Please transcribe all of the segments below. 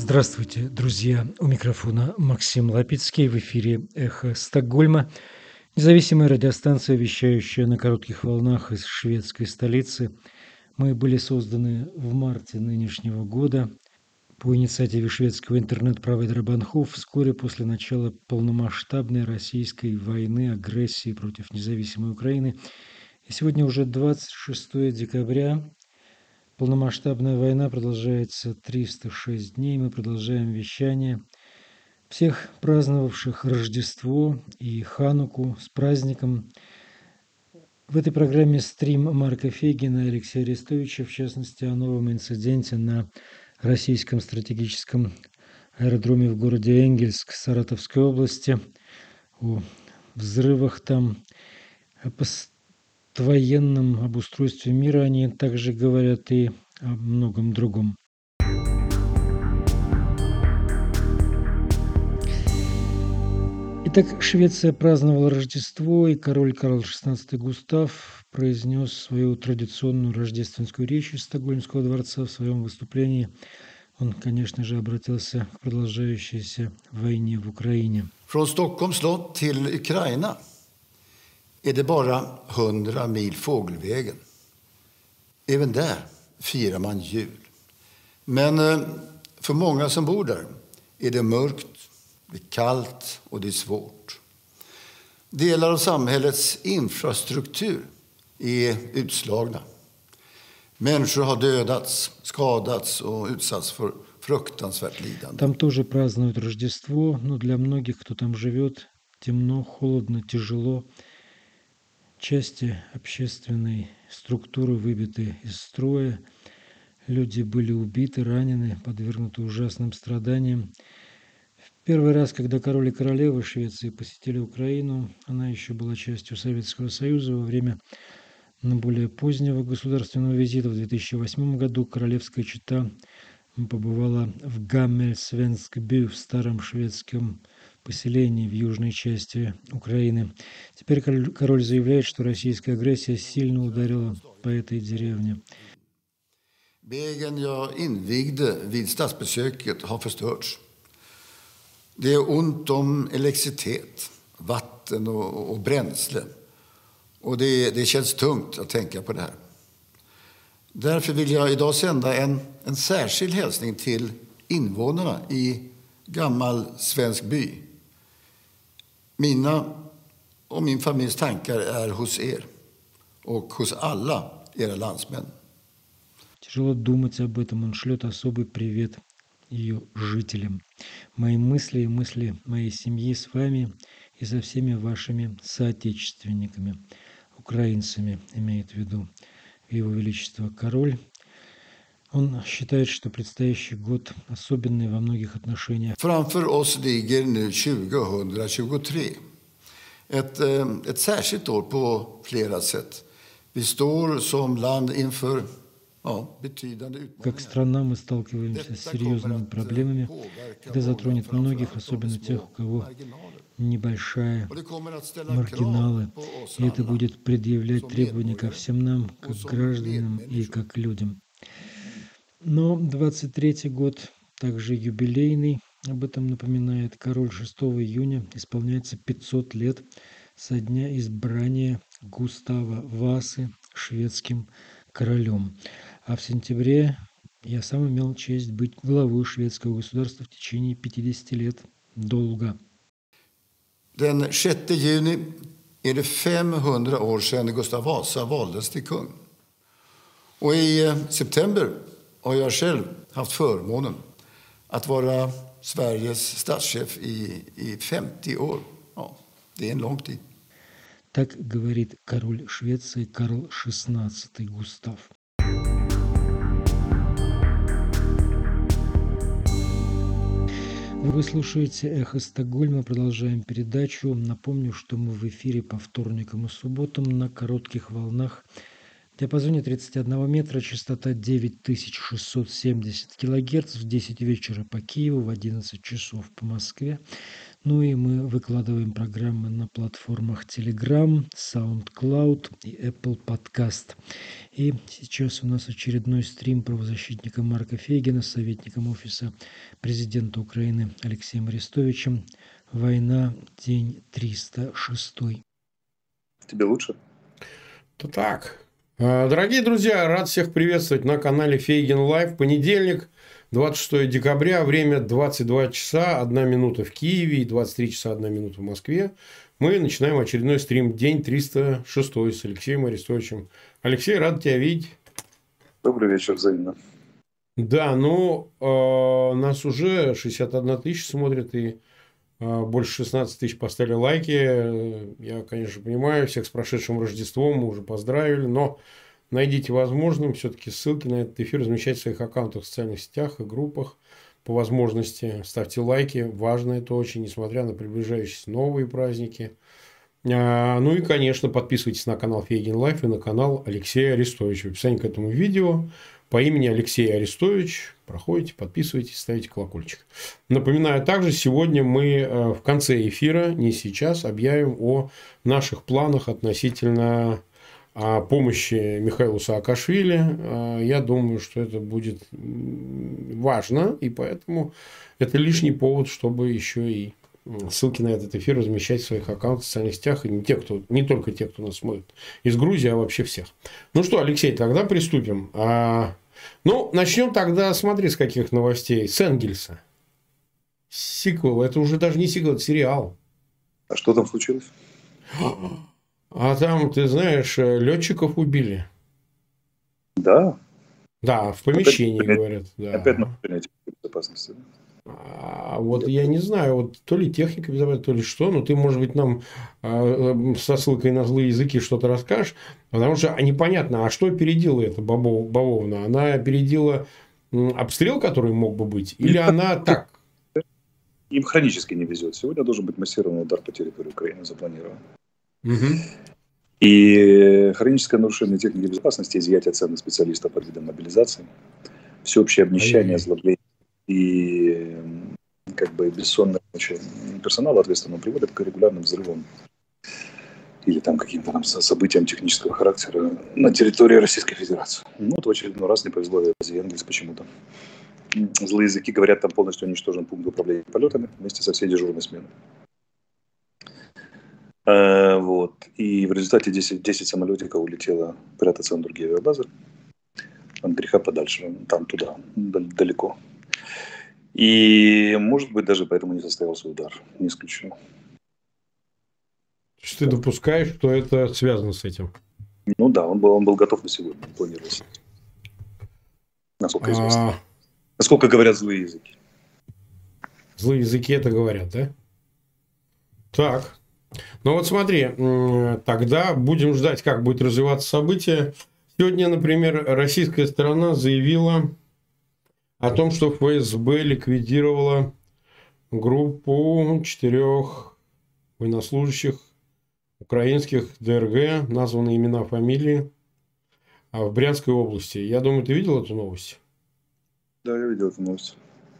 Здравствуйте, друзья! У микрофона Максим Лапицкий. В эфире «Эхо Стокгольма». Независимая радиостанция, вещающая на коротких волнах из шведской столицы. Мы были созданы в марте нынешнего года по инициативе шведского интернет-провайдера Банхов вскоре после начала полномасштабной российской войны, агрессии против независимой Украины. И сегодня уже 26 декабря. Полномасштабная война продолжается 306 дней. Мы продолжаем вещание. Всех праздновавших Рождество и Хануку с праздником. В этой программе стрим Марка Фейгина и Алексея Арестовича, в частности, о новом инциденте на российском стратегическом аэродроме в городе Энгельск Саратовской области, о взрывах там, о поствоенном обустройстве мира они также говорят и о многом другом. Итак, Швеция праздновала Рождество, и король Карл XVI Густав произнес свою традиционную рождественскую речь из Стокгольмского дворца. В своем выступлении он, конечно же, обратился к продолжающейся войне в Украине. Från Stockholms slott till Ukraina är det bara 100 mil fågelvägen. Även där firar man jul. Men för många som bor där är det mörkt, det är kallt och det är svårt. Delar av samhällets infrastruktur är utslagna. Människor har dödats, skadats och utsatts för fruktansvärt lidande. Там тоже празднуют Рождество, но для многих, кто там живет, темно, холодно, тяжело. Части общественной структуры выбиты из строя. Люди были убиты, ранены, подвергнуты ужасным страданиям. В первый раз, когда король и королева Швеции посетили Украину, она еще была частью Советского Союза. Во время более позднего государственного визита в 2008 году королевская чета побывала в Гаммельсвенскбю, в старом шведском поселении в южной части Украины. Теперь король заявляет, что российская агрессия сильно ударила по этой деревне. Vägen jag invigde vid statsbesöket har förstörts. Det är ont om elektricitet, vatten och bränsle. Och det känns tungt att tänka på det här. Därför vill jag idag sända en särskild hälsning till invånarna i gammal svensk by. Mina och min familjs tankar är hos er och hos alla era landsmän. Тяжело думать об этом. Он шлет особый привет ее жителям. Мои мысли и мысли моей семьи с вами и со всеми вашими соотечественниками, украинцами, имеет в виду Его Величество король. Он считает, что предстоящий год особенный во многих отношениях. Framför oss ligger nu 2023. Ett särskilt år på flera sätt. Vi står som land inför betydande utmaningar. Как страна мы сталкиваемся с серьезными проблемами. Это затронет многих, особенно тех, у кого небольшая маргиналы. И это будет предъявлять требования ко всем нам, как гражданам и как людям. Но 23-й год также юбилейный. Об этом напоминает король. 6 июня исполняется 500 лет со дня избрания Густава Васы шведским королем. А в сентябре я сам имел честь быть главой шведского государства в течение 50 лет долго. Den 6 juni är det 500 år sedan Gustav Vasa valdes till kung. Och i september har jag själv haft förmånen att vara Sveriges statschef i 50 år. Ja, det är en lång tid. Так говорит король Швеции Карл XVI Густав. Вы слушаете «Эхо Стокгольма». Продолжаем передачу. Напомню, что мы в эфире по вторникам и субботам на коротких волнах. В диапазоне 31 метра, частота 9670 кГц в 10 вечера по Киеву, в 11 часов по Москве. Ну и мы выкладываем программы на платформах Telegram, SoundCloud и Apple Podcast. И сейчас у нас очередной стрим правозащитника Марка Фейгина с советником Офиса президента Украины Алексеем Арестовичем. «Война. День 306». Тебе лучше? То так. Дорогие друзья, рад всех приветствовать на канале Фейгин Лайв. Понедельник, 26 декабря, время 22 часа, 1 минута в Киеве и 23 часа 1 минута в Москве. Мы начинаем очередной стрим, день 306 с Алексеем Арестовичем. Алексей, рад тебя видеть. Добрый вечер, взаимно. Да, нас уже 61 тысяча смотрит и больше 16 тысяч поставили лайки. Я, конечно, понимаю, всех с прошедшим Рождеством мы уже поздравили, но найдите возможным все-таки ссылки на этот эфир размещать в своих аккаунтах в социальных сетях и группах по возможности. Ставьте лайки, важно это очень, несмотря на приближающиеся новые праздники. Ну и, конечно, подписывайтесь на канал Фейгин Лайф и на канал Алексея Арестовича. В описании к этому видео по имени Алексей Арестович проходите, подписывайтесь, ставите колокольчик. Напоминаю также, сегодня мы в конце эфира, не сейчас, объявим о наших планах относительно помощи Михаилу Саакашвили. Я думаю, что это будет важно, и поэтому это лишний повод, чтобы еще и ссылки на этот эфир размещать в своих аккаунтах в социальных сетях. И не только те, кто нас смотрит из Грузии, а вообще всех. Ну что, Алексей, тогда приступим. Начнем тогда, смотри, с каких новостей. С Энгельса. Сиквел. Это уже даже не сиквел, это сериал. А что там случилось? А там, ты знаешь, летчиков убили. Да? Да, в помещении, опять, говорят. Да. Опять нарушение техники безопасности. Я не знаю, то ли техника безопасности, то ли что, но ты, может быть, нам со ссылкой на злые языки что-то расскажешь, потому что непонятно, а что опередила эта бавовна? Она опередила обстрел, который мог бы быть, или она так? Им хронически не везет. Сегодня должен быть массированный удар по территории Украины запланирован. Угу. И хроническое нарушение техники безопасности, изъятие ценных специалистов под видом мобилизации, всеобщее обнищание, озлобление и бессонная ночь персонала ответственного приводит к регулярным взрывам или каким-то событиям технического характера на территории Российской Федерации. В очередной раз не повезло в Энгельс почему-то. Злые языки говорят, там полностью уничтожен пункт управления полетами вместе со всей дежурной сменой. И в результате 10 самолетиков улетело прятаться на другие авиабазы. От греха подальше, там туда, далеко. И, может быть, даже поэтому не состоялся удар. Не исключено. То есть ты допускаешь, что это связано с этим? Да, он был готов на сегодня, планировался. Насколько известно. Насколько говорят злые языки. Злые языки это говорят, да? Так. Смотри, тогда будем ждать, как будет развиваться событие. Сегодня, например, российская сторона заявила о том, что ФСБ ликвидировала группу 4 военнослужащих украинских ДРГ, названы имена, фамилии, в Брянской области. Я думаю, ты видел эту новость? Да, я видел эту новость.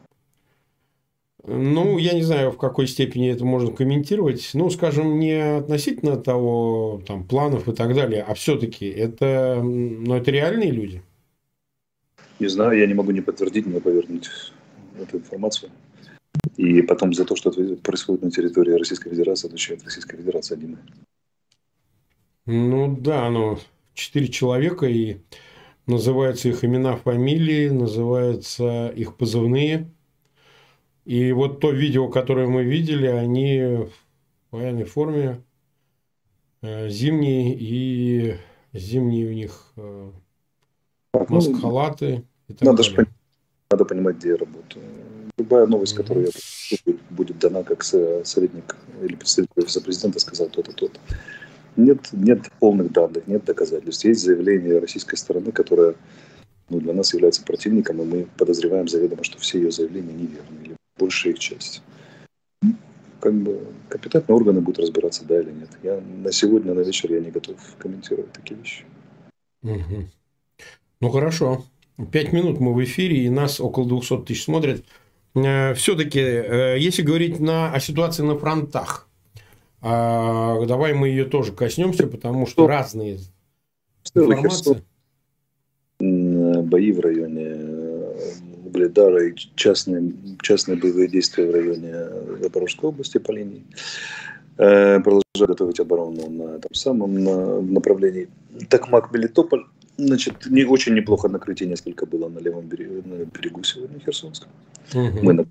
Я не знаю, в какой степени это можно комментировать. Скажем, не относительно того, планов и так далее, а все-таки это реальные люди? Не знаю, я не могу ни подтвердить, ни опровергнуть эту информацию. И потом за то, что происходит на территории Российской Федерации, отвечает Российская Федерация один. 4 человека, и называются их имена, фамилии, называются их позывные. И то видео, которое мы видели, они в военной форме, зимние у них маск-халаты и так далее. Надо понимать, где я работаю. Любая новость, которая будет дана как советник или представитель Офиса президента, сказал то-то, то-то. Нет полных данных, нет доказательств. Есть заявление российской стороны, которое для нас является противником, и мы подозреваем заведомо, что все ее заявления неверны, или большая их часть. Компетентные органы будут разбираться, да или нет. На сегодня, на вечер я не готов комментировать такие вещи. Хорошо. 5 минут мы в эфире, и нас около 200 тысяч смотрят. все-таки, если говорить о ситуации на фронтах, давай мы ее тоже коснемся, потому что разные информации. Бои в районе Угледара и частные боевые действия в районе Запорожской области по линии. Продолжают готовить оборону на том самом направлении Токмак-Мелитополь. Значит, очень неплохо накрытие несколько было на левом берегу сегодня Херсонском. Мы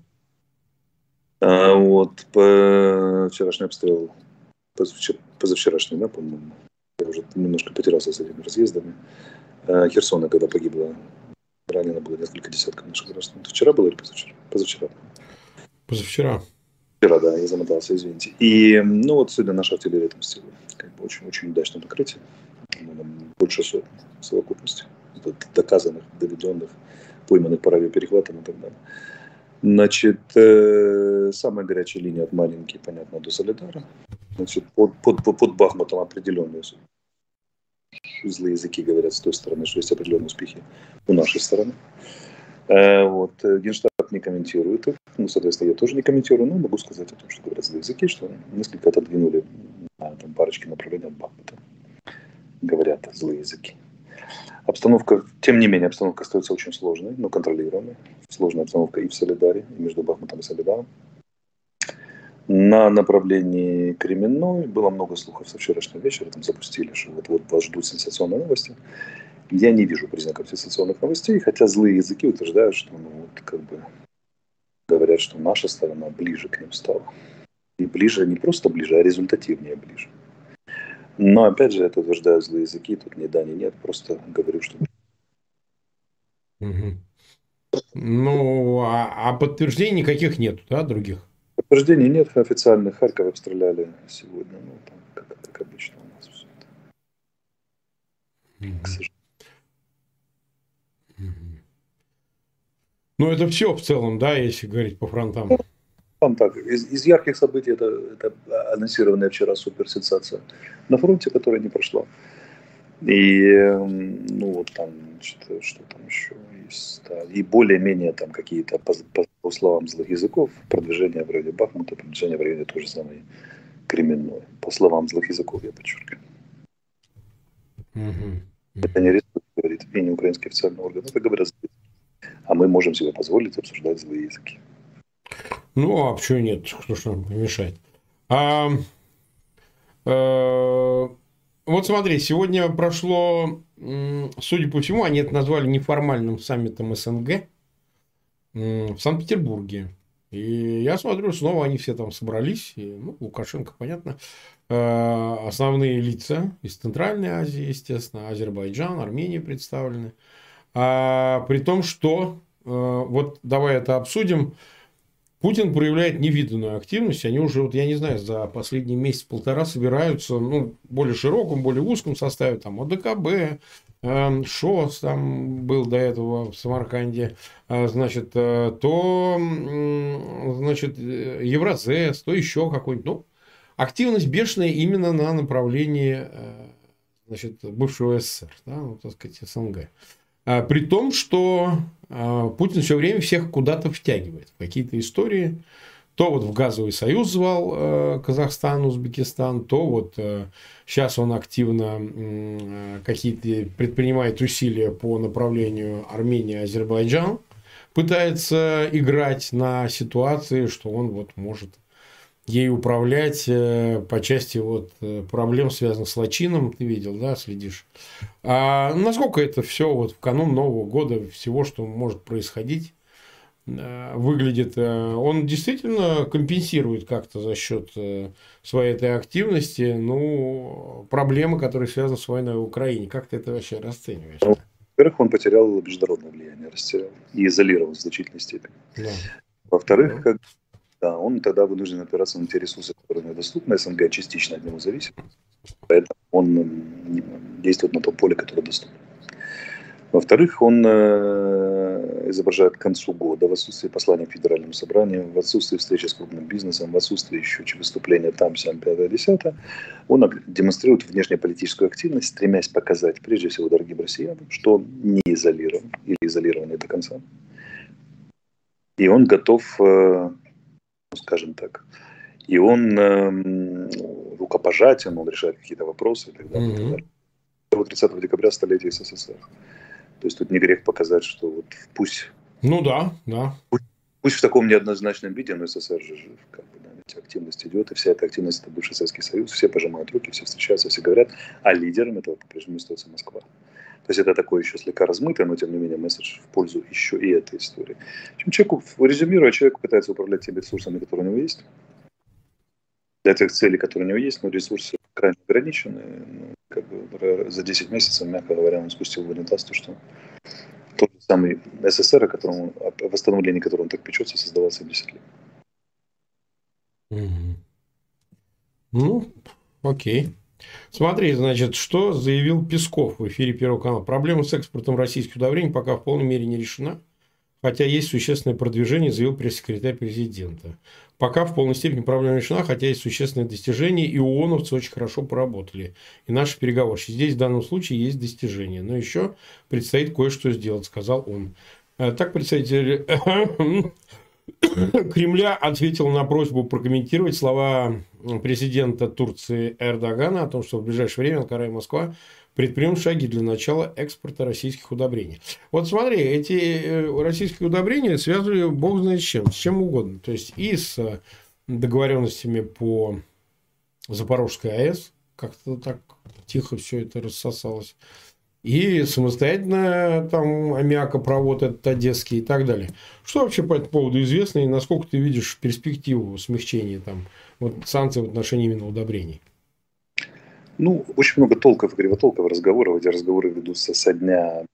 вот вчерашний обстрел, позавчерашний, да, по-моему, я уже немножко потерялся с этими разъездами. Херсона, когда погибло, ранено было несколько десятков наших граждан. Это вчера было или позавчера? Позавчера. Позавчера. Вчера, да, я замотался, извините. И, вот сегодня наша артиллерия отомстила. Как бы очень-очень удачное накрытие. Больше сотни в совокупности. Доказанных, доведенных, пойманных по радиоперехватам и так далее. Значит, самая горячая линия от Марьинки, понятно, до Солидара. Значит, под Бахмутом определенные злые языки говорят с той стороны, что есть определенные успехи у нашей стороны. Вот. Генштаб не комментирует их. Соответственно, я тоже не комментирую, но могу сказать о том, что говорят злые языки, что несколько отодвинули там, парочки направлений от Бахмута. Говорят злые языки. Обстановка, тем не менее, обстановка остается очень сложной, но контролируемой. Сложная обстановка и в Солидаре, и между Бахмутом и Солидаром. На направлении Кременной было много слухов со вчерашнего вечера. Там запустили, что вот вас ждут сенсационные новости. Я не вижу признаков сенсационных новостей, хотя злые языки утверждают, что говорят, что наша сторона ближе к ним стала. И ближе, не просто ближе, а результативнее ближе. Но опять же, это утверждают злые языки, тут ни да, ни нет, просто говорю, что... Ну, а подтверждений никаких нет, да, других? Подтверждений нет официальных. Харьков обстреляли сегодня, там, как обычно у нас все это. К сожалению. Ну, это все в целом, да, если говорить по фронтам. Там так. Из ярких событий это анонсированная вчера суперсенсация на фронте, которая не прошла. И там, что там еще есть. Да. И более-менее там какие-то, по словам злых языков, продвижение в районе Бахмута, продвижение в районе той же самой Кременной. По словам злых языков, я подчеркиваю. Это не Республика говорит, и не украинский официальный орган. Это говорят злые языки. А мы можем себе позволить обсуждать злые языки. Ну, а почему нет? Кто ж нам помешает? Вот смотри, сегодня прошло, судя по всему, они это назвали неформальным саммитом СНГ в Санкт-Петербурге. И я смотрю, снова они все там собрались. И, Лукашенко, понятно. Основные лица из Центральной Азии, естественно, Азербайджан, Армения представлены. При том, что, вот давай это обсудим, Путин проявляет невиданную активность. Они уже, я не знаю, за последний месяц-полтора собираются в более широком, более узком составе. Там ОДКБ, ШОС там был до этого в Самарканде. Значит, Евразес, то еще какой-нибудь. Активность бешеная именно на направлении бывшего СССР, так сказать, СНГ. При том, что Путин все время всех куда-то втягивает в какие-то истории. То вот в газовый союз звал Казахстан, Узбекистан, то вот сейчас он активно какие-то предпринимает усилия по направлению Армения, Азербайджан. Пытается играть на ситуации, что он может ей управлять по части проблем, связанных с Лачином, ты видел, да, следишь. А насколько это все в канун Нового года, всего, что может происходить, выглядит? Он действительно компенсирует как-то за счет своей этой активности, проблемы, которые связаны с войной в Украине. Как ты это вообще расцениваешь? Во-первых, он потерял международное влияние, растерял и изолирован в значительной степени. Да. Во-вторых, да, он тогда вынужден опираться на те ресурсы, которые недоступны. СНГ частично от него зависит. Поэтому он действует на том поле, которое доступно. Во-вторых, он изображает к концу года в отсутствии послания к Федеральному собранию, в отсутствии встречи с крупным бизнесом, в отсутствии еще выступления там, сям, 5-10. Он демонстрирует внешнеполитическую активность, стремясь показать, прежде всего, дорогим россиянам, что он не изолирован или изолированный до конца. И он готов, скажем так, и он рукопожатием, он решает какие-то вопросы и так далее. И так далее. 30 декабря столетие СССР. То есть тут не грех показать, что вот пусть... Ну да, да. Пусть в таком неоднозначном виде, но СССР же жив, как бы, да, ведь активность идет, и вся эта активность – это бывший Советский Союз, все пожимают руки, все встречаются, все говорят, а лидером этого по-прежнему остается Москва. То есть это такое еще слегка размытое, но тем не менее месседж в пользу еще и этой истории. Человеку, резюмируя, человек пытается управлять теми ресурсами, которые у него есть, для тех целей, которые у него есть, но ресурсы крайне ограничены. Ну, как бы за 10 месяцев, мягко говоря, он спустил в унитаз то, что тот же самый СССР, о восстановлении которого он так печется, создавался 70 лет. Ну, окей. Смотри, значит, что заявил Песков в эфире Первого канала. Проблема с экспортом российских удобрений пока в полной мере не решена, хотя есть существенное продвижение, заявил пресс-секретарь президента. Пока в полной степени проблема решена, хотя есть существенные достижения, и ООНовцы очень хорошо поработали. И наши переговорщики. Здесь в данном случае есть достижения. Но еще предстоит кое-что сделать, сказал он. Так представитель Кремля ответил на просьбу прокомментировать слова президента Турции Эрдогана о том, что в ближайшее время Анкара и Москва предпримут шаги для начала экспорта российских удобрений. Вот смотри, эти российские удобрения связывали бог знает с чем угодно. То есть и с договоренностями по Запорожской АЭС, как-то так тихо все это рассосалось, и самостоятельно там аммиакопровод этот одесский и так далее. Что вообще по этому поводу известно, и насколько ты видишь перспективу смягчения там, вот, санкций в отношении именно удобрений? Ну, очень много толков и кривотолков разговоров. Эти разговоры ведутся со дня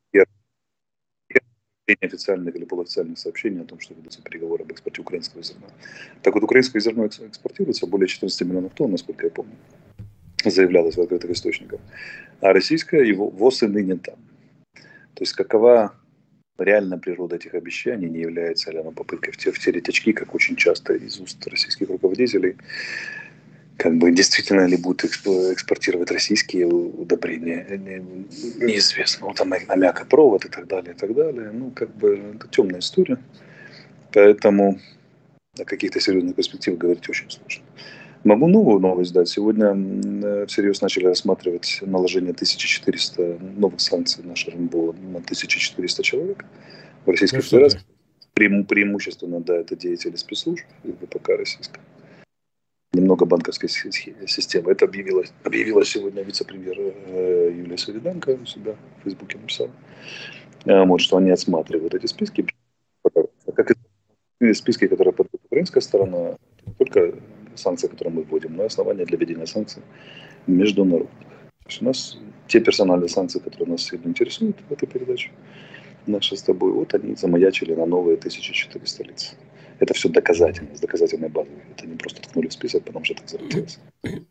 официальных или полуофициальных сообщений о том, что ведутся переговоры об экспорте украинского зерна. Так вот, украинское зерно экспортируется более 14 миллионов тонн, насколько я помню, заявлялось в открытых источниках. А российское его ВОЗ и ныне там. То есть какова реальная природа этих обещаний, не является ли она попыткой втереть очки, как очень часто из уст российских руководителей, как бы действительно ли будут экспортировать российские удобрения, неизвестно. Вот там аммиакопровод и так далее, и так далее. Ну, как бы это темная история. Поэтому о каких-то серьезных перспективах говорить очень сложно. Могу новую новость дать. Сегодня всерьез начали рассматривать наложение 1400 новых санкций на РНБО на 1400 человек в Российской Федерации. Преимущественно, да, это деятели спецслужб и ВПК российского. Немного банковской системы. Это объявила сегодня вице-премьер Юлия Свириденко у себя в Фейсбуке написала. Вот, что они отсматривают эти списки. Как и списки, которые подает украинская сторона, только санкции, которые мы вводим, но и основания для введения санкций международных. То есть у нас те персональные санкции, которые нас сильно интересуют в этой передаче, наши с тобой, вот они замаячили на новые 1400 лиц. Это все доказательно, с доказательной базой. Это не просто ткнули в список, потому что так захотелось.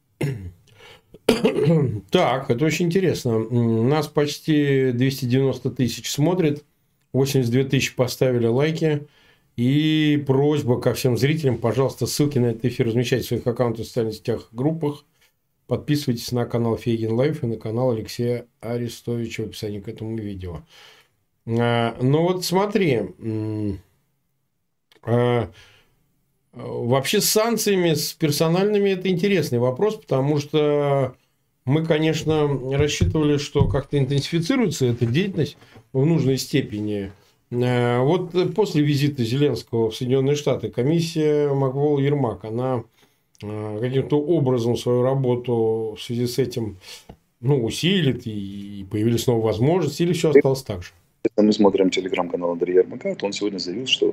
Так, это очень интересно. Нас почти 290 тысяч смотрит, 82 тысячи поставили лайки. И просьба ко всем зрителям, пожалуйста, ссылки на этот эфир размещайте в своих аккаунтах в социальных сетях, группах. Подписывайтесь на канал Фейгин Лайф и на канал Алексея Арестовича в описании к этому видео. Ну вот смотри, вообще с санкциями, с персональными это интересный вопрос, потому что мы, конечно, рассчитывали, что как-то интенсифицируется эта деятельность в нужной степени. Вот после визита Зеленского в Соединенные Штаты комиссия Маквол-Ермак, она каким-то образом свою работу в связи с этим усилит и появились новые возможности, или все осталось так же? Если мы смотрим телеграм-канал Андрея Ермака, то он сегодня заявил, что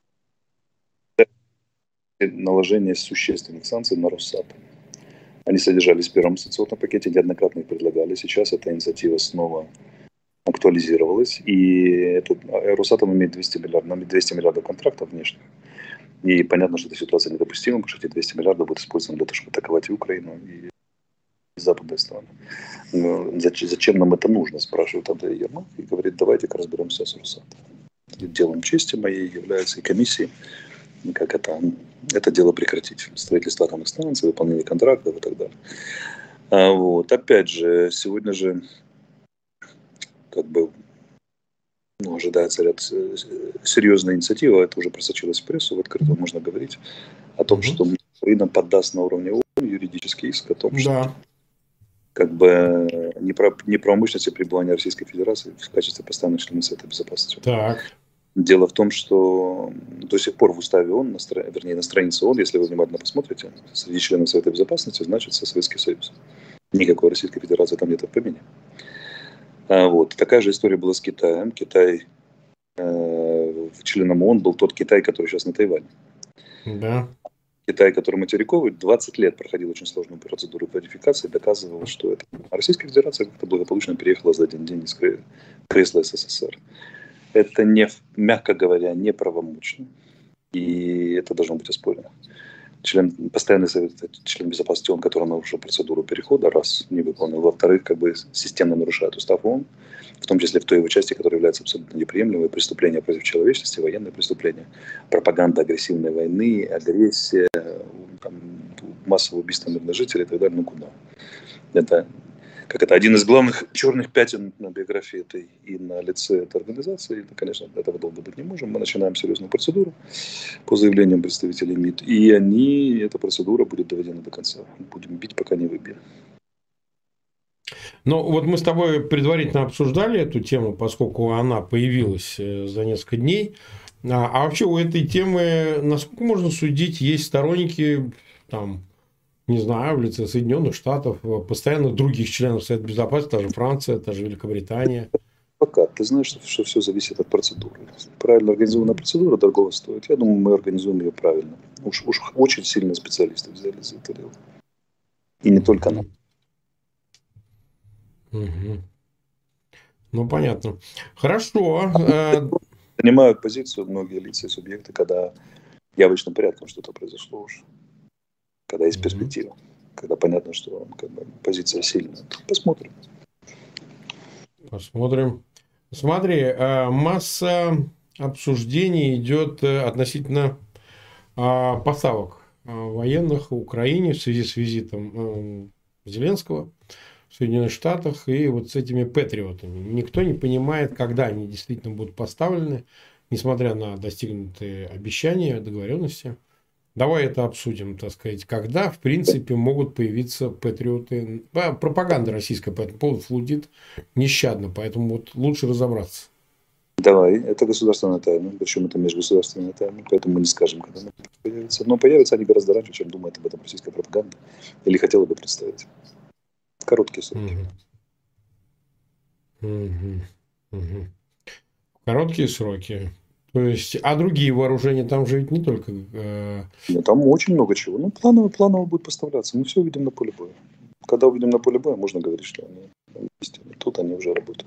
наложение существенных санкций на Росатом. Они содержались в первом санкционном пакете, неоднократно их предлагали. Сейчас эта инициатива снова актуализировалась, и Росатом имеет 200 миллиардов контрактов внешних. И понятно, что эта ситуация недопустима, потому что эти 200 миллиардов будут использованы для того, чтобы атаковать и Украину, и западные страны. Но зачем нам это нужно, спрашивает Андрей Ермак, и говорит, давайте-ка разберемся с Росатом. И делом чести моей является и комиссией, как это дело прекратить. Строительство атомных станций, выполнение контрактов и так далее. Вот. Опять же, сегодня же ожидается ряд серьезной инициативы, это уже просочилось в прессу, в открытую можно говорить о том, что Украина поддаст на уровне ООН юридический иск о том, что как бы неправомочности пребывания Российской Федерации в качестве постоянных членов Совета Безопасности. Так. Дело в том, что до сих пор в уставе ООН, вернее на странице ООН, если вы внимательно посмотрите, среди членов Совета Безопасности значится Советский Союз. Никакой Российской Федерации там нет в помине. Вот. Такая же история была с Китаем. Китай членом ООН был тот Китай, который сейчас на Тайване. Да. Китай, который материковый, 20 лет проходил очень сложную процедуру верификации, доказывал, что это. А Российская Федерация как-то благополучно переехала за один день из кресла СССР. Это, мягко говоря, неправомочно. И это должно быть оспорено. Постоянный совет, член безопасности ООН, который нарушил процедуру перехода, раз, не выполнил. Во-вторых, как бы системно нарушает устав ООН, в том числе в той его части, которая является абсолютно неприемлемой: преступления против человечности, военные преступления, пропаганда агрессивной войны, агрессия, там, массовое убийство мирных жителей и так далее. Ну куда? Это один из главных черных пятен на биографии этой и на лице этой организации. Это, конечно, этого долго быть не можем. Мы начинаем серьезную процедуру по заявлениям представителей МИД. И эта процедура будет доведена до конца. Будем бить, пока не выбьем. Ну, вот мы с тобой предварительно обсуждали эту тему, поскольку она появилась за несколько дней. А вообще у этой темы, насколько можно судить, есть сторонники, там, не знаю, в лице Соединенных Штатов, постоянно других членов Совета Безопасности, та же Франция, та же Великобритания. Пока. Ты знаешь, что все зависит от процедуры. Правильно организованная процедура дорого стоит. Я думаю, мы организуем ее правильно. Уж очень сильные специалисты взяли за это дело. И не только нам. Ну, понятно. Хорошо. Занимают позицию многие лица и субъекты, когда явочным порядком что-то произошло уже. Когда есть перспектива. Когда понятно, что как бы позиция сильная. Посмотрим. Смотри, масса обсуждений идет относительно поставок военных в Украине в связи с визитом Зеленского в Соединенных Штатах и вот с этими патриотами. Никто не понимает, когда они действительно будут поставлены, несмотря на достигнутые обещания, договоренности. Давай это обсудим, так сказать, когда, в принципе, могут появиться патриоты. Пропаганда российская по этому поводу флудит нещадно, поэтому вот лучше разобраться. Давай, это государственная тайна, причем это межгосударственная тайна, поэтому мы не скажем, когда она появится. Но появятся они гораздо раньше, чем думает об этом российская пропаганда или хотела бы представить. Короткие сроки. Короткие сроки. То есть, а другие вооружения там же ведь не только... Нет, там очень много чего. Ну, планово будет поставляться. Мы все увидим на поле боя. Когда увидим на поле боя, можно говорить, что они есть. Тут они уже работают.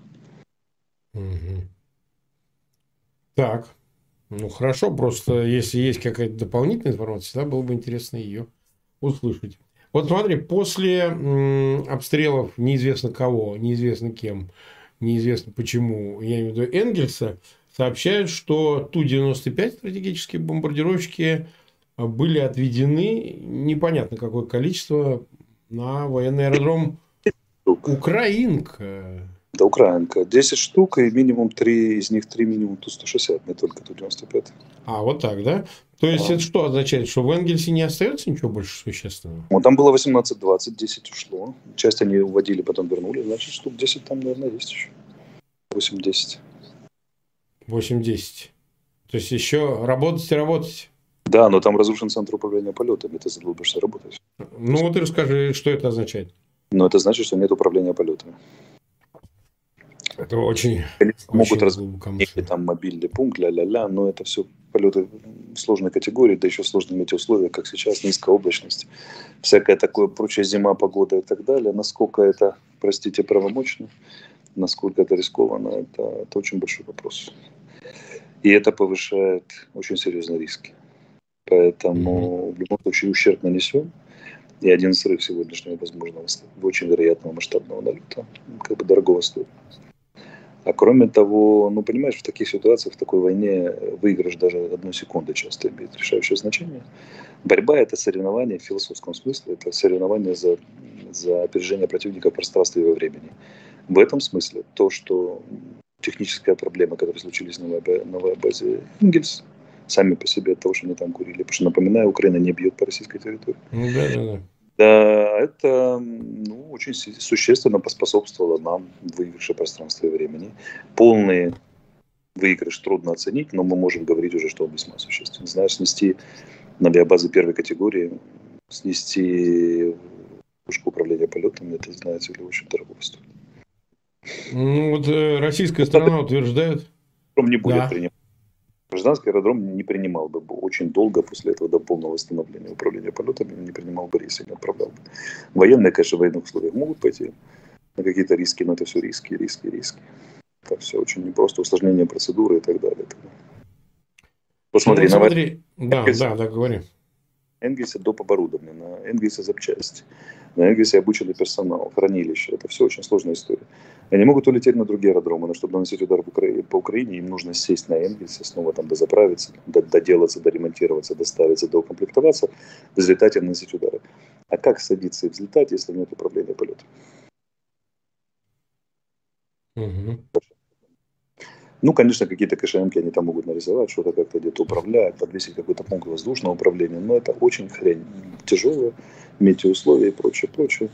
Так. Ну, хорошо. Просто если есть какая-то дополнительная информация, да, было бы интересно ее услышать. Вот смотри, после обстрелов неизвестно кого, неизвестно кем, неизвестно почему, я имею в виду Энгельса, сообщают, что Ту-95 стратегические бомбардировщики были отведены, непонятно какое количество, на военный аэродром Украинка. Да, Украинка. 10 штук, и минимум 3 из них минимум Ту-160, не только Ту-95. А, вот так, да? То есть, это что означает? Что в Энгельсе не остается ничего больше существенного? Ну, там было 18-20, 10 ушло. Часть они уводили, потом вернули. Значит, штук 10 там, наверное, есть еще. 8-10. 8-10. То есть, еще работать. Да, но там разрушен центр управления полетами. Ты задолбишься работать. Ну, вот и расскажи, что это означает. Но это значит, что нет управления полетами. Это очень... Могут разместить там мобильный пункт, ля-ля-ля, но это все полеты сложной категории, да еще сложные метеоусловия, как сейчас, низкая облачность, всякое такое прочее, зима, погода и так далее. Насколько это, простите, правомочно, насколько это рискованно, это очень большой вопрос. И это повышает очень серьезные риски. Поэтому в любом случае ущерб нанесен. И один срыв сегодняшнего возможного, очень вероятного масштабного налета как бы дорого стоит. А кроме того, ну, понимаешь, в таких ситуациях, в такой войне выигрыш даже 1 секунды часто имеет решающее значение. Борьба – это соревнование в философском смысле, это соревнование за опережение противника в пространстве и во времени. В этом смысле то, что техническая проблема, которые случились на новой базе Энгельс, сами по себе от того, что они там курили. Потому что, напоминаю, Украина не бьет по российской территории. Да. Да, это очень существенно поспособствовало нам в выигрыше пространства и времени. Полный выигрыш трудно оценить, но мы можем говорить уже, что он весьма существенный. Знаешь, снести на авиабазы первой категории, снести пушку управления полетами, это, знаете ли, очень дорого стоит. Российская сторона утверждает... Не будет принимать. Гражданский аэродром не принимал бы очень долго после этого, до полного восстановления управления полетами, не принимал бы рейсы, не отправлял бы. Военные, конечно, в военных условиях могут пойти на какие-то риски, но это все риски. Это все очень непросто, усложнение процедуры и так далее. Посмотри, говори. На Энгельсе доп. Оборудование, на Энгельсе запчасти, на Энгельсе обученный персонал, хранилище. Это все очень сложная история. Они могут улететь на другие аэродромы, но чтобы наносить удар по Украине, им нужно сесть на Энгельсе, снова там дозаправиться, доделаться, доремонтироваться, доставиться, доукомплектоваться, взлетать и наносить удары. А как садиться и взлетать, если нет управления полетом? Конечно, какие-то КШМки они там могут нарисовать, что-то как-то где-то управлять, подвесить какой-то пункт воздушного управления, но это очень хрень тяжелая, метеоусловия и прочее.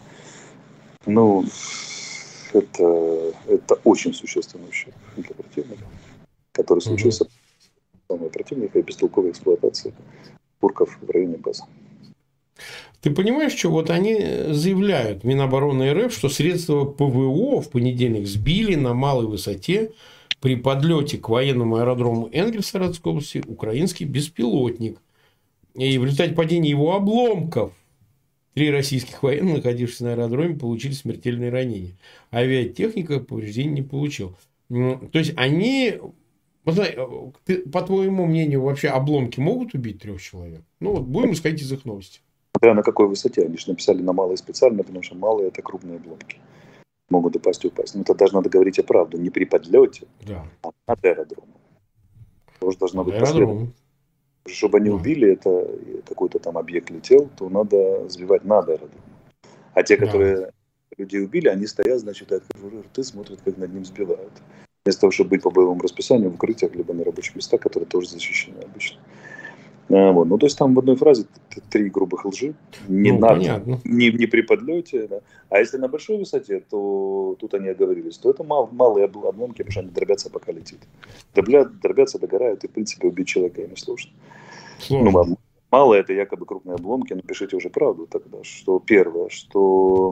Это очень существенный ущерб для противника, который случился самого противника и бестолковой эксплуатации турков в районе базы. Ты понимаешь, что вот они заявляют, Минобороны РФ, что средства ПВО в понедельник сбили на малой высоте при подлете к военному аэродрому Энгельс Саратовской области украинский беспилотник. И в результате падения его обломков 3 российских военных, находившихся на аэродроме, получили смертельные ранения. Авиатехника повреждений не получил. То есть они... По твоему мнению, вообще обломки могут убить 3 человек? Будем исходить из их новости. Смотря на какой высоте. Они же написали на малые специально, потому что малые – это крупные обломки. Могут упасть. Но это даже надо говорить о правду. Не при подлете, а над аэродромом. Тоже должна быть последовательность. Чтобы они убили, это какой-то там объект летел, то надо сбивать над аэродромом. А те, которые людей убили, они стоят, значит, открыв рты, смотрят, как над ним сбивают. Вместо того, чтобы быть по боевому расписанию в укрытиях, либо на рабочих местах, которые тоже защищены обычно. То есть там в одной фразе 3 грубых лжи. Не при подлете. Да. А если на большой высоте, то тут они оговорились, то это малые обломки, потому что они дробятся, пока летит. Дробятся, догорают, и в принципе убить человека им сложно. Мало это якобы крупные обломки, но пишите уже правду тогда, что первое, что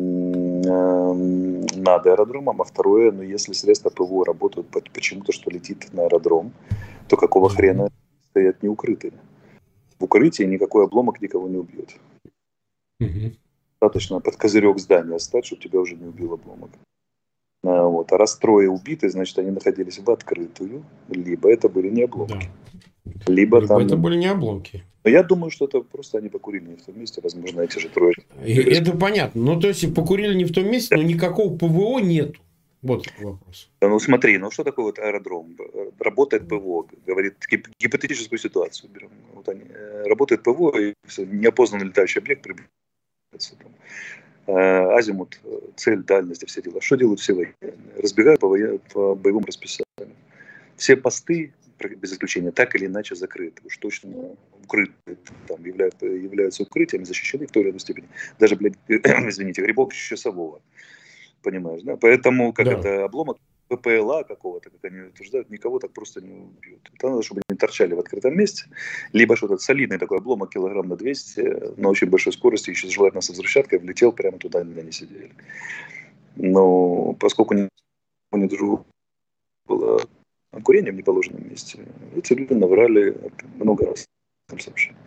над аэродромом, а второе, если средства ПВО работают почему-то, что летит на аэродром, то какого хрена стоят не укрытые? В укрытии никакой обломок никого не убьет. Достаточно под козырек здания стать, чтобы тебя уже не убил обломок. А раз 3 убиты, значит, они находились в открытую, либо это были не обломки. Либо это были не обломки. Но я думаю, что это просто они покурили не в том месте, возможно, эти же 3. Это понятно. То есть, покурили не в том месте, но никакого ПВО нету. Вот вопрос. Смотри, что такое аэродром? Работает ПВО, говорит, гипотетическую ситуацию берем. Работает ПВО, и неопознанный летающий объект приближается. Азимут, цель, дальность, все дела. Что делают все военные? Разбегают по боевому расписанию. Все посты, без исключения, так или иначе закрыты. Уж точно укрыты, там являются укрытиями, защищены в той или иной степени. Даже, грибок часового. Понимаешь, да? Поэтому, это обломок ППЛА какого-то, как они утверждают, никого так просто не убьют. Это надо, чтобы они торчали в открытом месте, либо что-то солидный такой обломок, килограмм на 200, на очень большой скорости, еще желательно со взрывчаткой, влетел прямо туда, где они сидели. Но поскольку не было курение в неположенном месте, эти люди наврали много раз в этом сообщении.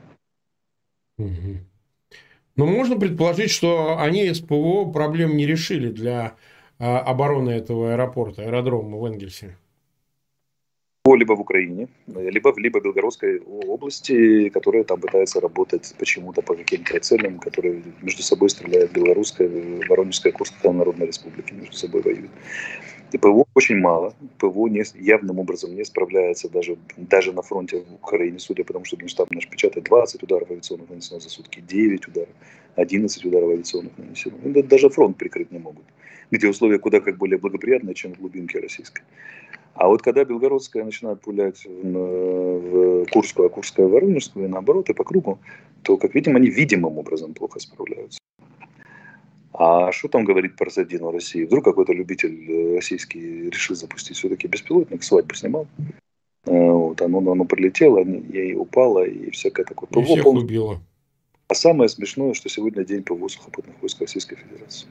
Но можно предположить, что они с ПВО проблем не решили для обороны этого аэродрома в Энгельсе. Либо в Украине, либо в Белгородской области, которая там пытается работать почему-то по каким-то целям, которые между собой стреляют Белорусская, Воронежская, Курская Народная Республика, между собой воюют. И ПВО очень мало. ПВО явным образом не справляется даже на фронте в Украине, судя по тому, что Генштаб наш печатает 20 ударов авиационных нанесено за сутки, 9 ударов, 11 ударов авиационных нанесено. Даже фронт прикрыть не могут. Где условия куда как более благоприятные, чем в глубинке российской. А вот когда Белгородская начинает пулять в Курскую, а Курская в Воронежскую, и наоборот, и по кругу, то, как видим, они видимым образом плохо справляются. А что там говорить про задину России? Вдруг какой-то любитель российский решил запустить все-таки беспилотник, свадьбу снимал. Вот, оно прилетело, и упало, и всякое такое. И всех убило. А самое смешное, что сегодня день ПВО сухопутных войск Российской Федерации.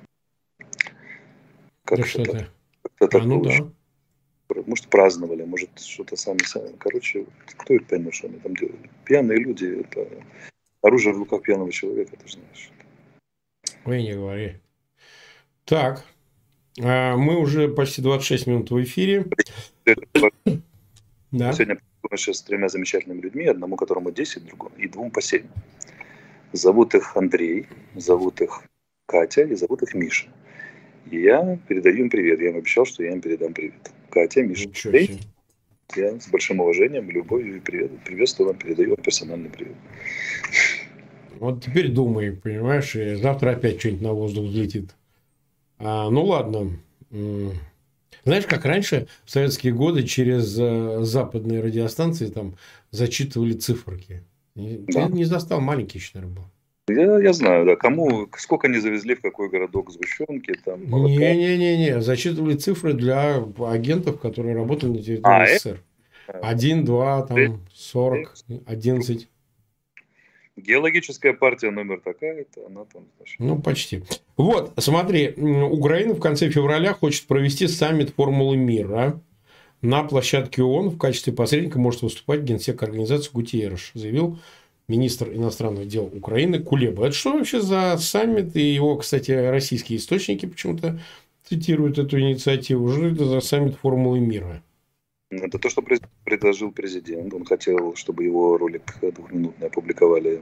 Как да это что так? это? Как-то так ну получилось. Да. Может, праздновали, может, что-то сами. Короче, кто их поймет, что они там делали? Пьяные люди, это оружие в руках пьяного человека, ты знаешь. Ой, не говори. Так, мы уже почти 26 минут в эфире. Да. Сегодня познакомился с 3 замечательными людьми, одному которому 10, другому, и 2 по 7. Зовут их Андрей, зовут их Катя и зовут их Миша. И я передаю им привет. Я им обещал, что я им передам привет. Катя, Миша, Андрей, я с большим уважением, любовью и приветствую вам, передаю вам персональный привет. Вот теперь думай, понимаешь, и завтра опять что-нибудь на воздух взлетит. Ну ладно. Знаешь, как раньше, в советские годы, через западные радиостанции там зачитывали циферки. Да. Ты не застал, маленький еще, наверное, был. Я знаю, да. Сколько они завезли, в какой городок сгущенки, там, молока. Не. Зачитывали цифры для агентов, которые работали на территории СССР. 1, 2, там, 40, 11. Геологическая партия номер такая-то, она там... Значит... Ну, почти. Вот, смотри, Украина в конце февраля хочет провести саммит Формулы мира. На площадке ООН в качестве посредника может выступать генсек организации Гутерреш, заявил министр иностранных дел Украины Кулеба. Это что вообще за саммит? И его, кстати, российские источники почему-то цитируют эту инициативу. Что это за саммит Формулы мира? Это то, что предложил президент. Он хотел, чтобы его ролик 2-минутный опубликовали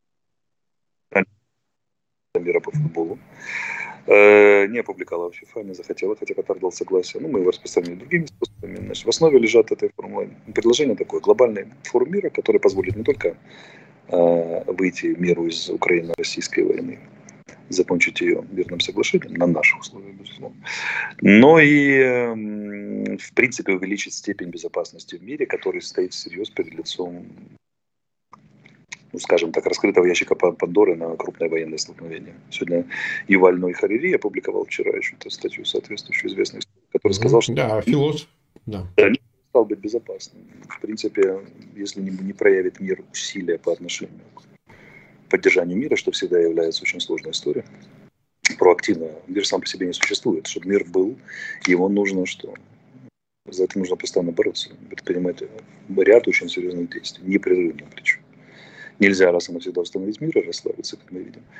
мира по футболу. Не опубликовала ФИФА, не захотела, хотя Катар дал согласие. Мы его распространили другими способами. Значит, в основе лежат этой формулы. Предложение такое: глобальный форум мира, который позволит не только выйти миру из Украино-российской войны, закончить ее мирным соглашением, на наших условиях, безусловно, но и, в принципе, увеличить степень безопасности в мире, который стоит всерьез перед лицом, скажем так, раскрытого ящика Пандоры на крупное военное столкновение. Сегодня Юваль Ной Харари опубликовал вчера еще эту статью, соответствующую известную, который сказал, что... Да, философ. Да. Не стал быть безопасным. В принципе, если не проявит мир усилия по отношению к поддержанию мира, что всегда является очень сложной историей, проактивно, мир сам по себе не существует. Чтобы мир был, его нужно что? За это нужно постоянно бороться, предпринимать ряд очень серьезных действий, непрерывно причем. Нельзя раз и навсегда установить мир и расслабиться, как мы видим,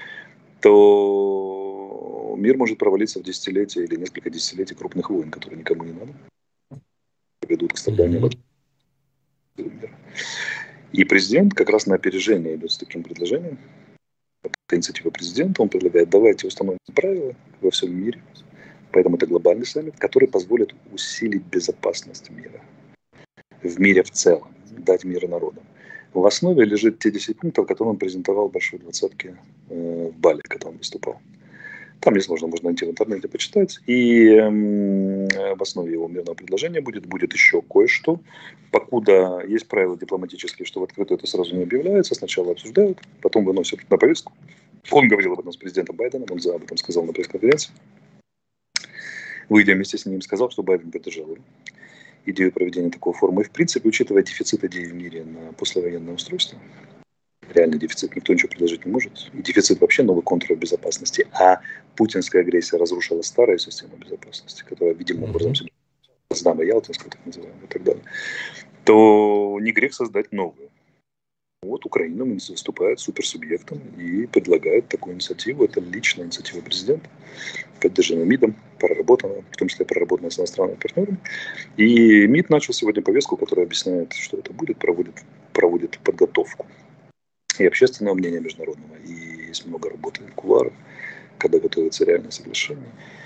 то мир может провалиться в десятилетия или несколько десятилетий крупных войн, которые никому не надо, ведут к страданию мира. И президент как раз на опережение идет с таким предложением. Это инициатива президента, он предлагает: давайте установим правила во всем мире, поэтому это глобальный саммит, который позволит усилить безопасность мира, в мире в целом, дать мир народам. В основе лежит те 10 пунктов, которые он презентовал в Большой двадцатке в Бали, когда он выступал. Там несложно, можно найти в интернете, почитать. И в основе его мирного предложения будет еще кое-что. Покуда есть правила дипломатические, что в открытую это сразу не объявляется, сначала обсуждают, потом выносят на повестку. Он говорил об этом с президентом Байденом, он об этом сказал на пресс-конференции. Выйдя вместе с ним, сказал, что Байден поддержал идею проведения такого форума. И, в принципе, учитывая дефицит идей в мире на послевоенное устройство, реальный дефицит, никто ничего предложить не может, и дефицит вообще новых контуров безопасности, а путинская агрессия разрушила старую систему безопасности, которая, видимым образом, Потсдама, Ялтинская, так называемая, и так далее, то не грех создать новую. Вот Украина выступает суперсубъектом и предлагает такую инициативу. Это личная инициатива президента, поддержана МИДом, проработана, в том числе проработана с иностранными партнерами. И МИД начал сегодня повестку, которая объясняет, что это будет, проводит подготовку и общественного мнения международного. И есть много работы в кулуарах, когда готовится реальное соглашение.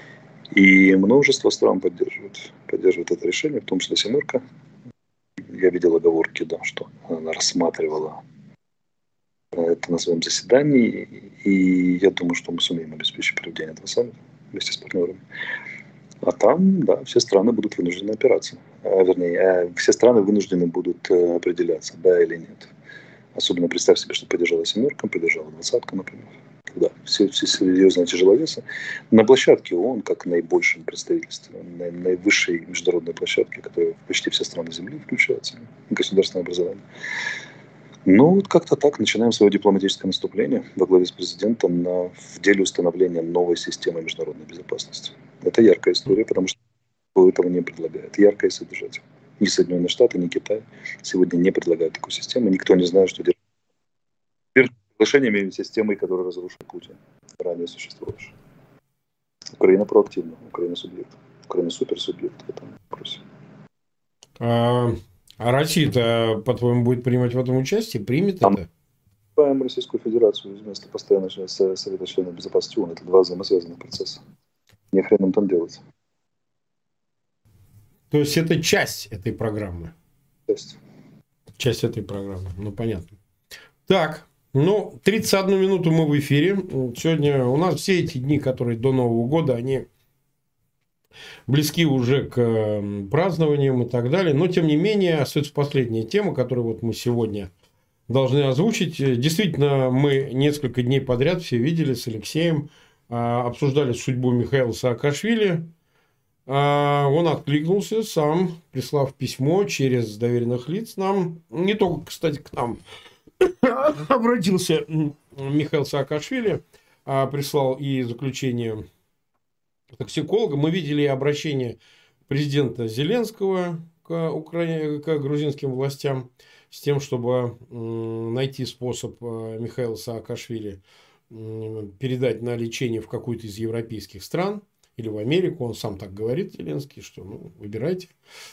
И множество стран поддерживает это решение, в том числе «семерка». Я видел оговорки, да, что она рассматривала это на своем заседании, и я думаю, что мы сумеем обеспечить проведение этого саммита вместе с партнерами. А там, да, все страны будут вынуждены опираться. Все страны вынуждены будут определяться, да или нет. Особенно представь себе, что поддержала «семерка», поддержала «двадцатка», например. Да, все серьезные тяжеловесы. На площадке ООН, как наибольшем представительстве, наивысшей международной площадке, которая почти все страны Земли включаются, государственное образование. Ну, вот как-то так начинаем свое дипломатическое наступление во главе с президентом в деле установления новой системы международной безопасности. Это яркая история, потому что никто этого не предлагает. Яркая и содержательная. Ни Соединенные Штаты, ни Китай сегодня не предлагают такую систему. Никто не знает, что делать. Соглашениями системой, которую разрушил Путин, ранее существовавшей. Украина проактивна, Украина субъект. Украина суперсубъект в этом вопросе. А Россия-то, по-твоему, будет принимать в этом участие? Примет это? Мы Российскую Федерацию вместо постоянного Совета членов безопасности ООН. Это два взаимосвязанных процесса. Не хрен им там делать. То есть это часть этой программы? Часть этой программы. Ну, понятно. Так, 31 минуту мы в эфире. Сегодня у нас все эти дни, которые до Нового года, они близки уже к празднованиям и так далее. Но, тем не менее, остается последняя тема, которую вот мы сегодня должны озвучить. Действительно, мы несколько дней подряд все видели с Алексеем, обсуждали судьбу Михаила Саакашвили. Он откликнулся сам, прислав письмо через доверенных лиц нам. Не только, кстати, к нам обратился Михаил Саакашвили, прислал и заключение токсиколога. Мы видели обращение президента Зеленского к грузинским властям с тем, чтобы найти способ Михаила Саакашвили передать на лечение в какую-то из европейских стран или в Америку. Он сам так говорит, Зеленский, что выбирайте.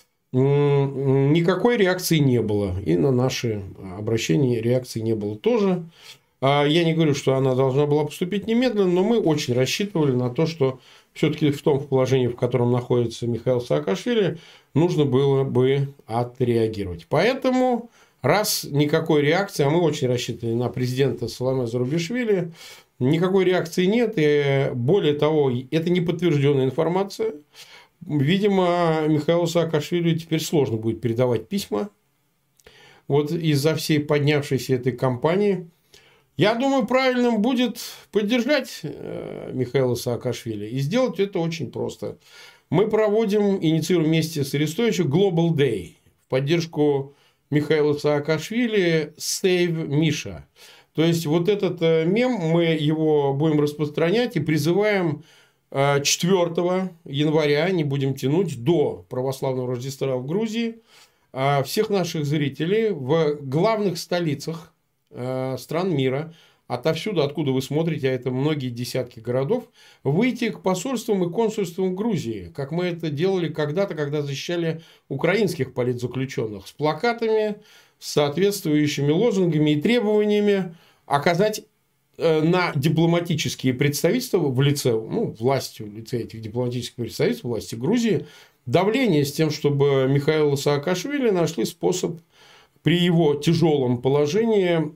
Никакой реакции не было. И на наши обращения реакции не было тоже. Я не говорю, что она должна была поступить немедленно, но мы очень рассчитывали на то, что все-таки в том положении, в котором находится Михаил Саакашвили, нужно было бы отреагировать. Поэтому, раз никакой реакции, а мы очень рассчитывали на президента Саломе Зурабишвили, никакой реакции нет. И более того, это не подтвержденная информация. Видимо, Михаилу Саакашвили теперь сложно будет передавать письма. Вот из-за всей поднявшейся этой кампании. Я думаю, правильным будет поддержать Михаила Саакашвили. И сделать это очень просто. Мы инициируем вместе с Арестовичем Global Day в поддержку Михаила Саакашвили Save Misha. То есть, вот этот мем, мы его будем распространять и призываем 4 января, не будем тянуть, до православного Рождества в Грузии, всех наших зрителей в главных столицах стран мира, отовсюду, откуда вы смотрите, а это многие десятки городов, выйти к посольствам и консульствам Грузии, как мы это делали когда-то, когда защищали украинских политзаключенных, с плакатами, с соответствующими лозунгами и требованиями оказать на дипломатические представительства в лице, власти, в лице этих дипломатических представительств, власти Грузии, давление с тем, чтобы Михаилу Саакашвили нашли способ при его тяжелом положении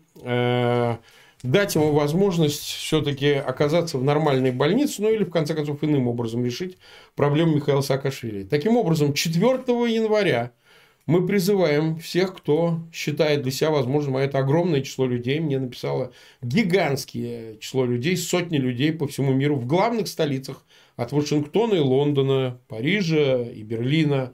дать ему возможность все-таки оказаться в нормальной больнице, или, в конце концов, иным образом решить проблему Михаила Саакашвили. Таким образом, 4 января мы призываем всех, кто считает для себя возможным, а это огромное число людей, мне написало гигантское число людей, сотни людей по всему миру в главных столицах, от Вашингтона и Лондона, Парижа и Берлина.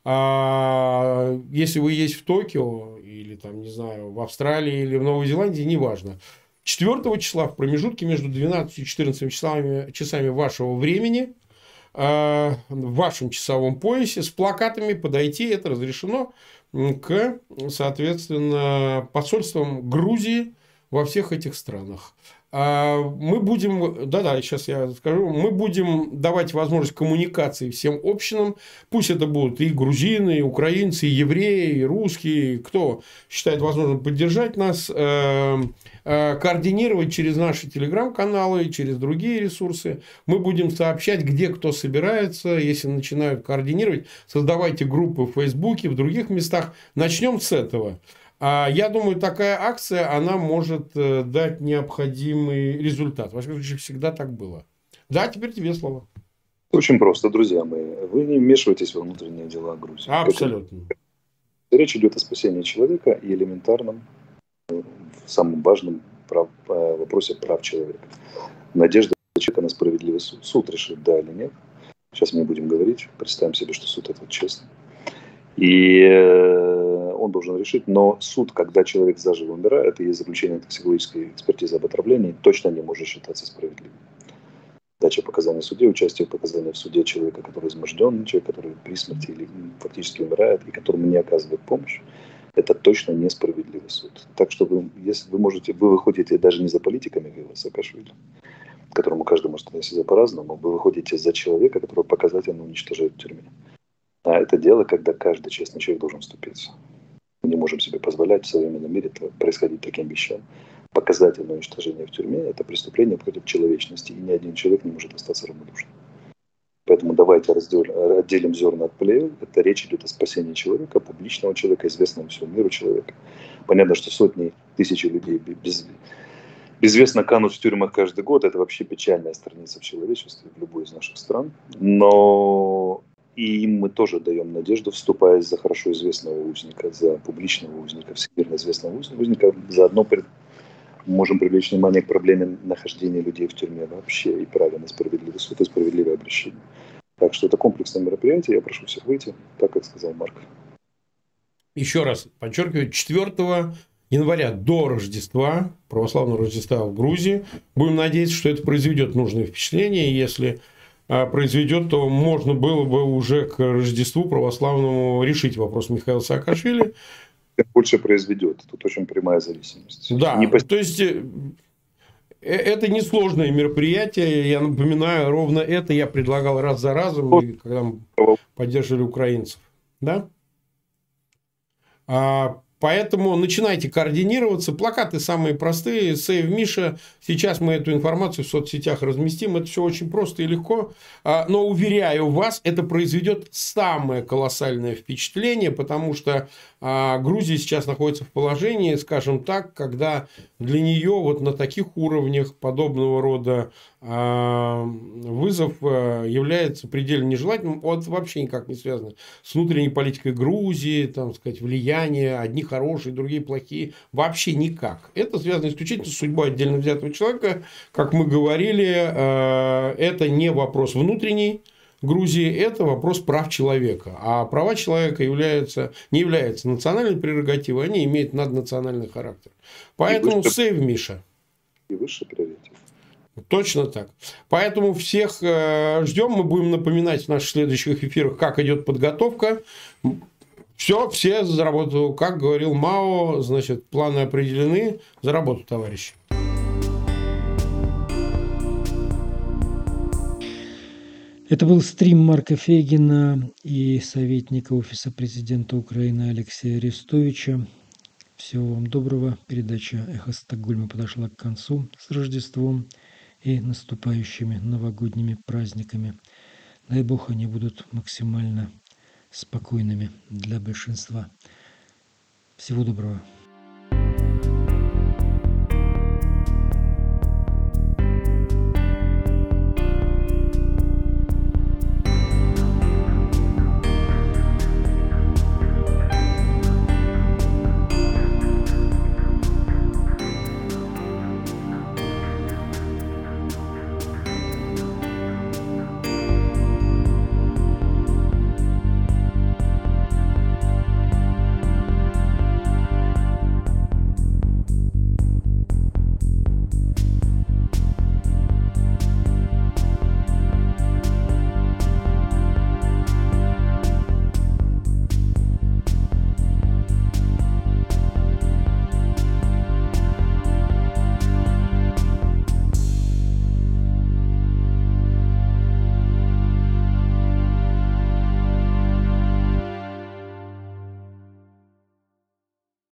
Если вы есть в Токио или там, не знаю, в Австралии или в Новой Зеландии, неважно. 4 числа в промежутке между 12 и 14 часами вашего времени в вашем часовом поясе с плакатами подойти, это разрешено, к, соответственно, посольствам Грузии во всех этих странах. Мы будем, да-да, сейчас я скажу, мы будем давать возможность коммуникации всем общинам. Пусть это будут и грузины, и украинцы, и евреи, и русские, кто считает возможным поддержать нас, координировать через наши телеграм-каналы, через другие ресурсы. Мы будем сообщать, где кто собирается. Если начинают координировать, создавайте группы в Фейсбуке, в других местах. Начнем с этого. Я думаю, такая акция, она может дать необходимый результат. Во всяком случае, всегда так было. Да, теперь тебе слово. Очень просто, друзья мои. Вы не вмешиваетесь во внутренние дела Грузии. Абсолютно. Речь идет о спасении человека и элементарном, самом важном вопросе прав человека. Надежда человека на справедливый суд. Суд решит, да или нет. Сейчас мы не будем говорить. Представим себе, что суд этот честный. И он должен решить. Но суд, когда человек заживо умирает, и есть заключение токсикологической экспертизы об отравлении, точно не может считаться справедливым. Дача показаний в суде, участие в показаниях в суде человека, который изможден, человек, который при смерти или фактически умирает, и которому не оказывает помощь, это точно несправедливый суд. Так что если вы выходите даже не за политиками Михаила Саакашвили, к которому каждый может относиться по-разному, вы выходите за человека, которого показательно уничтожают в тюрьме. А это дело, когда каждый честный человек должен вступиться. Мы не можем себе позволять в современном мире происходить таким вещам. Показательное уничтожение в тюрьме – это преступление против человечности, и ни один человек не может остаться равнодушным. Поэтому давайте отделим зерна от плевел. Это речь идет о спасении человека, публичного человека, известного всему миру человека. Понятно, что сотни, тысячи людей безвестно канут в тюрьмах каждый год. Это вообще печальная страница в человечестве в любой из наших стран. Но и им мы тоже даем надежду, вступая за хорошо известного узника, за публичного узника, всемирно известного узника, заодно можем привлечь внимание к проблеме нахождения людей в тюрьме вообще и праве на справедливый суд и справедливое обращение. Так что это комплексное мероприятие. Я прошу всех выйти, так как сказал Марк. Еще раз подчеркиваю, 4 января до Рождества, православного Рождества в Грузии. Будем надеяться, что это произведет нужное впечатление. Если произведет, то можно было бы уже к Рождеству православному решить вопрос Михаила Саакашвили. Больше произведет. Тут очень прямая зависимость. Да, то есть это несложное мероприятие. Я напоминаю, ровно это я предлагал раз за разом, когда мы поддерживали украинцев. Да? Поэтому начинайте координироваться. Плакаты самые простые. Save Misha. Сейчас мы эту информацию в соцсетях разместим. Это все очень просто и легко. Но, уверяю вас, это произведет самое колоссальное впечатление, потому что Грузия сейчас находится в положении, скажем так, когда для нее вот на таких уровнях подобного рода вызов является предельно нежелательным. Вот вообще никак не связано с внутренней политикой Грузии, там, сказать, влияние, одни хорошие, другие плохие. Вообще никак. Это связано исключительно с судьбой отдельно взятого человека. Как мы говорили, это не вопрос внутренний Грузии, это вопрос прав человека. А права человека не являются национальной прерогативой, они имеют наднациональный характер. Поэтому save Misha. И высший приоритет. Точно так. Поэтому всех ждем. Мы будем напоминать в наших следующих эфирах, как идет подготовка. Все за работу. Как говорил Мао, значит, планы определены. За работу, товарищи. Это был стрим Марка Фейгина и советника Офиса президента Украины Алексея Арестовича. Всего вам доброго. Передача «Эхо Стокгольма» подошла к концу. С Рождеством и наступающими новогодними праздниками. Дай Бог, они будут максимально спокойными для большинства. Всего доброго.